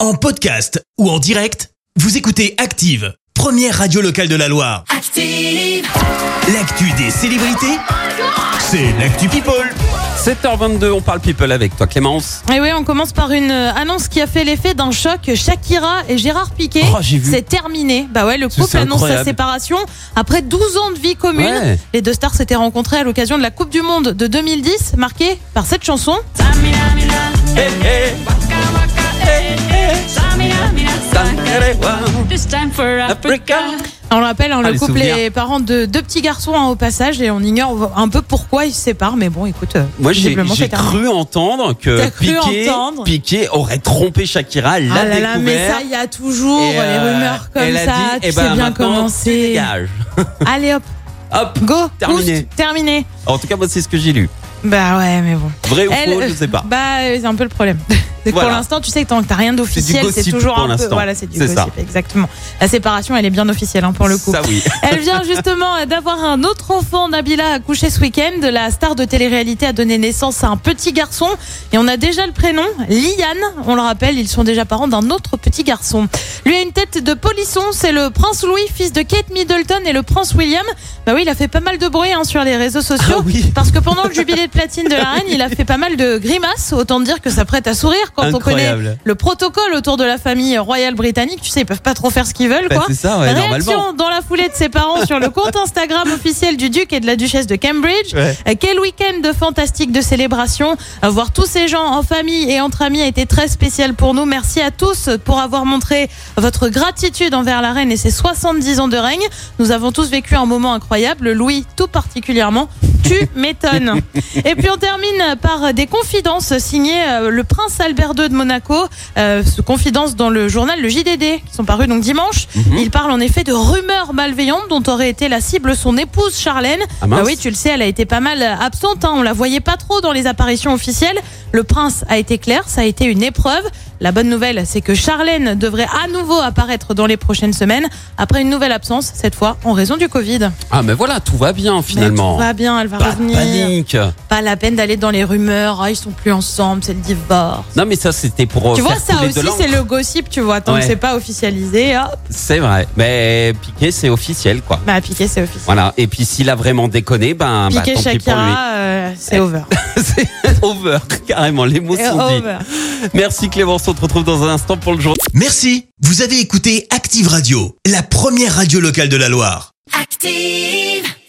En podcast ou en direct, vous écoutez Active, première radio locale de la Loire. Active. L'actu des célébrités, c'est l'actu People. 7h22, on parle people avec toi Clémence. Et oui, on commence par une annonce qui a fait l'effet d'un choc. Shakira et Gérard Piqué, j'ai vu. c'est terminé. Bah ouais, le C'est couple annonce sa incroyable. séparation après 12 ans de vie commune. Ouais. Les deux stars s'étaient rencontrées à l'occasion de la Coupe du Monde de 2010, marquée par cette chanson. This time for Africa. On le rappelle, Ah, le les couple souvenirs. est parent de deux petits garçons au passage et on ignore un peu pourquoi ils se séparent. Mais bon, écoute, Moi j'ai visiblement, c'est terminé. cru entendre que T'as cru entendre Piqué aurait trompé Shakira, elle l'a Ah là là, mais découvert. ça, il y a toujours Et, les rumeurs comme elle a ça. dit, Tu eh sais ben, bien maintenant, comment tu c'est. dégages. Allez hop, Hop, go, Terminé. boost, terminé. en tout cas moi c'est ce que j'ai lu. Bah ouais, mais bon. Vrai ou faux, je sais pas. Bah, c'est un peu le problème. Voilà. Pour l'instant, tu sais que tant que t'as rien d'officiel, C'est du c'est gossip toujours pour un peu. l'instant. Voilà, c'est du C'est gossip, ça. exactement. La séparation, elle est bien officielle pour le coup. Ça oui. Elle vient justement d'avoir un autre enfant. Nabila a accouché ce week-end. La star de télé-réalité a donné naissance à un petit garçon. Et on a déjà le prénom, Liane. On le rappelle, ils sont déjà parents d'un autre petit garçon. Lui a une tête de polisson. C'est le prince Louis, fils de Kate Middleton et le prince William. Bah oui, il a fait pas mal de bruit sur les réseaux sociaux. Ah oui. Parce que pendant le jubilé de platine de la reine, il a fait pas mal de grimaces. Autant dire que ça prête à sourire quand on connaît Incroyable. le protocole autour de la famille royale britannique. Tu sais, ils peuvent pas trop faire ce qu'ils veulent, Bah, quoi. c'est ça, ouais, normalement. Réaction dans la foulée de ses parents sur le compte Instagram officiel du duc et de la duchesse de Cambridge. Ouais. Quel week-end de fantastique de célébration. Voir tous ces gens en famille et entre amis a été très spécial pour nous. Merci à tous pour avoir montré votre gratitude envers la reine et ses 70 ans de règne. Nous avons tous vécu un moment incroyable. Louis tout particulièrement. Tu m'étonnes. Et puis on termine par des confidences signées le prince Albert II de Monaco. Confidences dans le journal Le JDD qui sont parues donc dimanche. Il parle en effet de rumeurs malveillantes dont aurait été la cible son épouse Charlène. Ah mince. Bah oui, tu le sais, elle a été pas mal absente. On la voyait pas trop dans les apparitions officielles. Le prince a été clair, ça a été une épreuve. La bonne nouvelle, c'est que Charlène devrait à nouveau apparaître dans les prochaines semaines après une nouvelle absence, cette fois en raison du Covid. Ah mais voilà, tout va bien finalement. Mais tout va bien, elle va Pas de revenir. panique. Pas la peine d'aller dans les rumeurs. Ah, ils sont plus ensemble, c'est le divorce. Non mais ça c'était pour Tu vois, faire ça couler aussi, de l'encre. c'est le gossip, tu vois. Tant Ouais. que c'est pas officialisé, hop, C'est vrai. Mais Piqué c'est officiel quoi. bah, Piqué, c'est officiel. Voilà. Et puis s'il a vraiment déconné, ben Piqué, tant pis pour lui. Shakira, c'est over. C'est over, carrément, les mots C'est sont dits. over. Merci Clémence, on te retrouve dans un instant pour le jour. Merci, vous avez écouté Active Radio, la première radio locale de la Loire. Active.